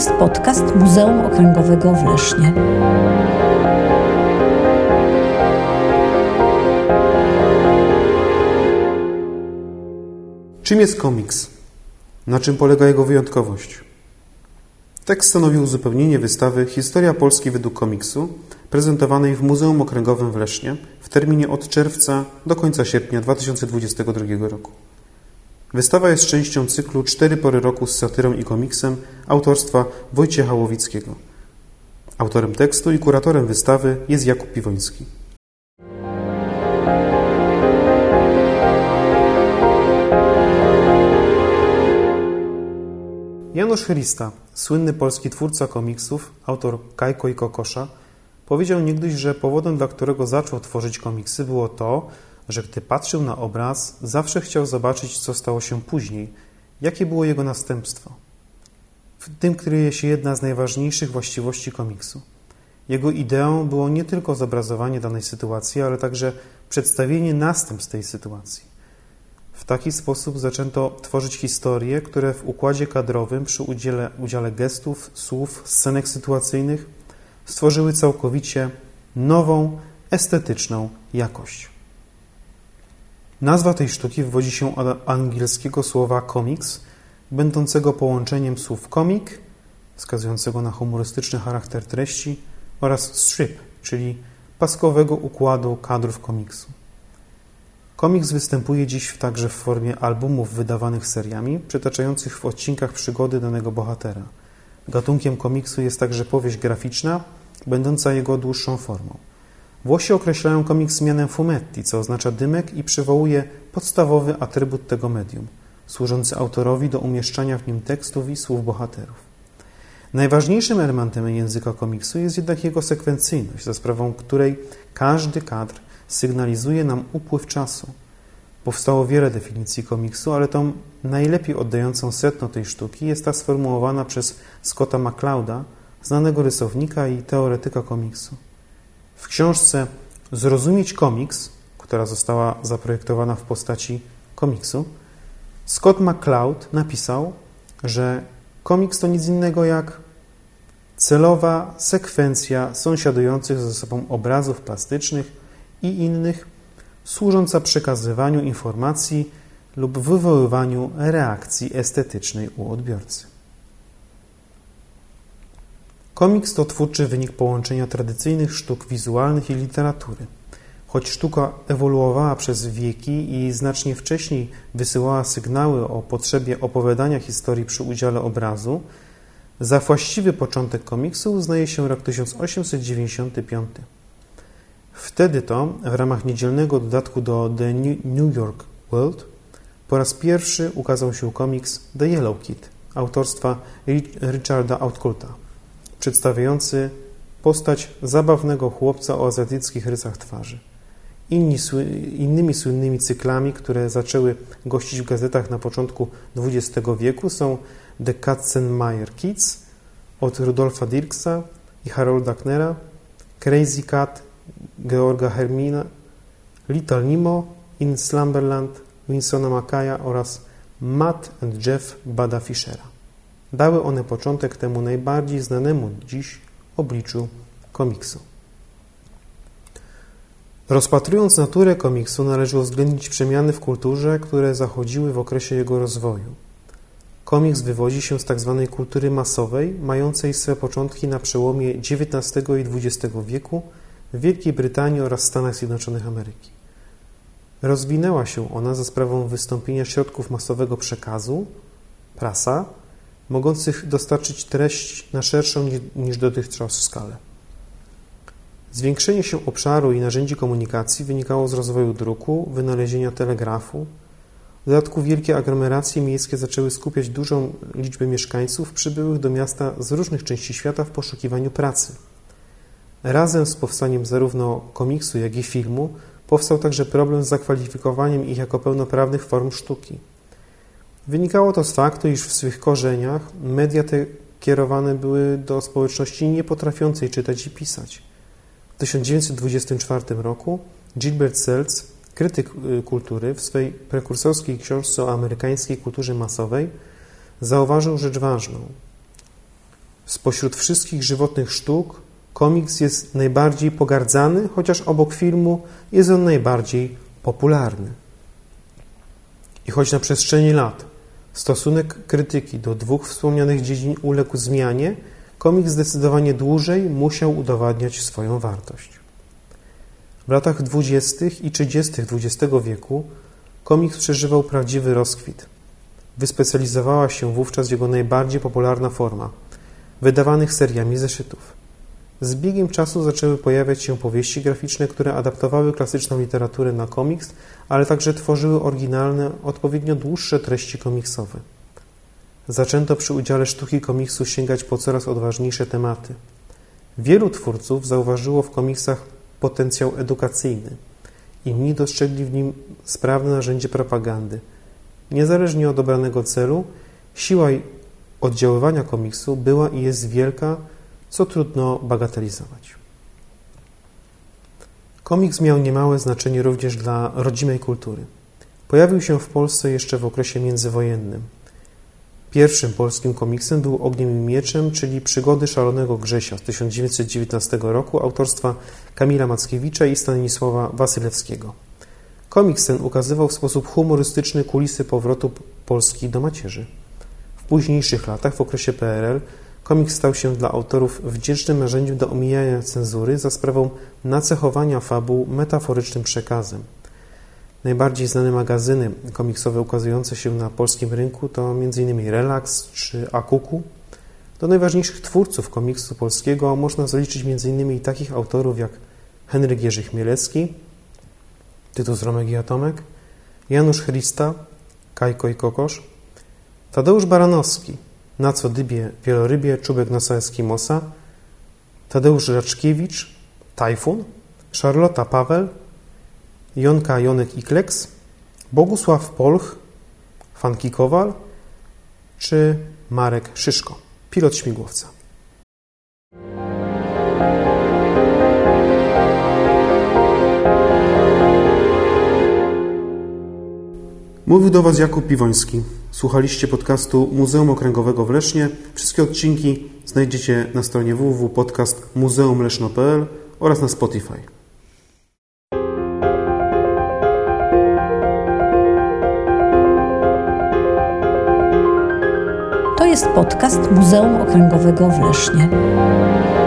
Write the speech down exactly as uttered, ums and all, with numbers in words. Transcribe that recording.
jest podcast Muzeum Okręgowego w Lesznie. Czym jest komiks? Na czym polega jego wyjątkowość? Tekst stanowi uzupełnienie wystawy Historia Polski według komiksu, prezentowanej w Muzeum Okręgowym w Lesznie w terminie od czerwca do końca sierpnia dwa tysiące dwudziestego drugiego roku. Wystawa jest częścią cyklu Cztery pory roku z satyrą i komiksem autorstwa Wojciecha Łowickiego. Autorem tekstu i kuratorem wystawy jest Jakub Piwoński. Janusz Chrysta, słynny polski twórca komiksów, autor Kajko i Kokosza, powiedział niegdyś, że powodem, dla którego zaczął tworzyć komiksy, było to, że gdy patrzył na obraz, zawsze chciał zobaczyć, co stało się później, jakie było jego następstwo. W tym kryje się jedna z najważniejszych właściwości komiksu. Jego ideą było nie tylko zobrazowanie danej sytuacji, ale także przedstawienie następstw tej sytuacji. W taki sposób zaczęto tworzyć historie, które w układzie kadrowym przy udziale, udziale gestów, słów, scenek sytuacyjnych stworzyły całkowicie nową, estetyczną jakość. Nazwa tej sztuki wywodzi się od angielskiego słowa comics, będącego połączeniem słów comic, wskazującego na humorystyczny charakter treści, oraz strip, czyli paskowego układu kadrów komiksu. Komiks występuje dziś także w formie albumów wydawanych seriami, przytaczających w odcinkach przygody danego bohatera. Gatunkiem komiksu jest także powieść graficzna, będąca jego dłuższą formą. Włosi określają komiks mianem fumetti, co oznacza dymek i przywołuje podstawowy atrybut tego medium, służący autorowi do umieszczania w nim tekstów i słów bohaterów. Najważniejszym elementem języka komiksu jest jednak jego sekwencyjność, za sprawą której każdy kadr sygnalizuje nam upływ czasu. Powstało wiele definicji komiksu, ale tą najlepiej oddającą sedno tej sztuki jest ta sformułowana przez Scotta McClouda, znanego rysownika i teoretyka komiksu. W książce Zrozumieć komiks, która została zaprojektowana w postaci komiksu, Scott McCloud napisał, że komiks to nic innego jak celowa sekwencja sąsiadujących ze sobą obrazów plastycznych i innych, służąca przekazywaniu informacji lub wywoływaniu reakcji estetycznej u odbiorcy. Komiks to twórczy wynik połączenia tradycyjnych sztuk wizualnych i literatury. Choć sztuka ewoluowała przez wieki i znacznie wcześniej wysyłała sygnały o potrzebie opowiadania historii przy udziale obrazu, za właściwy początek komiksu uznaje się rok tysiąc osiemset dziewięćdziesiąty piąty. Wtedy to, w ramach niedzielnego dodatku do The New York World, po raz pierwszy ukazał się komiks The Yellow Kid autorstwa Richarda Outculta, przedstawiający postać zabawnego chłopca o azjatyckich rysach twarzy. Inni, innymi słynnymi cyklami, które zaczęły gościć w gazetach na początku dwudziestego wieku, są The Katzenmayer Kids od Rudolfa Dirksa i Harolda Knera, Crazy Cat Georga Hermina, Little Nemo in Slumberland Winsona Mackaya oraz Matt and Jeff Budda Fischera. Dały one początek temu najbardziej znanemu dziś obliczu komiksu. Rozpatrując naturę komiksu, należy uwzględnić przemiany w kulturze, które zachodziły w okresie jego rozwoju. Komiks wywodzi się z tzw. kultury masowej, mającej swe początki na przełomie dziewiętnastego i dwudziestego wieku w Wielkiej Brytanii oraz Stanach Zjednoczonych Ameryki. Rozwinęła się ona za sprawą wystąpienia środków masowego przekazu, prasa, mogących dostarczyć treść na szerszą niż dotychczas skalę. Zwiększenie się obszaru i narzędzi komunikacji wynikało z rozwoju druku, wynalezienia telegrafu. W dodatku wielkie aglomeracje miejskie zaczęły skupiać dużą liczbę mieszkańców przybyłych do miasta z różnych części świata w poszukiwaniu pracy. Razem z powstaniem zarówno komiksu, jak i filmu powstał także problem z zakwalifikowaniem ich jako pełnoprawnych form sztuki. Wynikało to z faktu, iż w swych korzeniach media te kierowane były do społeczności niepotrafiącej czytać i pisać. W tysiąc dziewięćset dwudziestym czwartym roku Gilbert Seltz, krytyk kultury, w swej prekursorskiej książce o amerykańskiej kulturze masowej zauważył rzecz ważną. Spośród wszystkich żywotnych sztuk komiks jest najbardziej pogardzany, chociaż obok filmu jest on najbardziej popularny. I choć na przestrzeni lat stosunek krytyki do dwóch wspomnianych dziedzin uległ zmianie, komiks zdecydowanie dłużej musiał udowadniać swoją wartość. W latach dwudziestych i trzydziestych dwudziestego wieku komiks przeżywał prawdziwy rozkwit. Wyspecjalizowała się wówczas jego najbardziej popularna forma, wydawanych seriami zeszytów. Z biegiem czasu zaczęły pojawiać się powieści graficzne, które adaptowały klasyczną literaturę na komiks, ale także tworzyły oryginalne, odpowiednio dłuższe treści komiksowe. Zaczęto przy udziale sztuki komiksu sięgać po coraz odważniejsze tematy. Wielu twórców zauważyło w komiksach potencjał edukacyjny. Inni dostrzegli w nim sprawne narzędzie propagandy. Niezależnie od obranego celu, siła oddziaływania komiksu była i jest wielka, co trudno bagatelizować. Komiks miał niemałe znaczenie również dla rodzimej kultury. Pojawił się w Polsce jeszcze w okresie międzywojennym. Pierwszym polskim komiksem był Ogniem i Mieczem, czyli Przygody Szalonego Grzesia z tysiąc dziewięćset dziewiętnastego roku autorstwa Kamila Mackiewicza i Stanisława Wasylewskiego. Komiks ten ukazywał w sposób humorystyczny kulisy powrotu Polski do macierzy. W późniejszych latach, w okresie P R L, komiks stał się dla autorów wdzięcznym narzędziem do omijania cenzury za sprawą nacechowania fabuł metaforycznym przekazem. Najbardziej znane magazyny komiksowe ukazujące się na polskim rynku to m in Relax czy Akuku. Do najważniejszych twórców komiksu polskiego można zaliczyć m in takich autorów jak Henryk Jerzy Chmielecki, Tytus Romek i Atomek, Janusz Christa, Kajko i Kokosz, Tadeusz Baranowski, Na co dybie wielorybie, Czubek nosa Eskimosa, Tadeusz Raczkiewicz, Tajfun, Szarlota Paweł, Jonka Jonek i Kleks, Bogusław Polch, Fanki Kowal czy Marek Szyszko, pilot śmigłowca. Mówił do Was Jakub Piwoński. Słuchaliście podcastu Muzeum Okręgowego w Lesznie. Wszystkie odcinki znajdziecie na stronie w w w kropka podcast muzeum leszno kropka p l oraz na Spotify. To jest podcast Muzeum Okręgowego w Lesznie.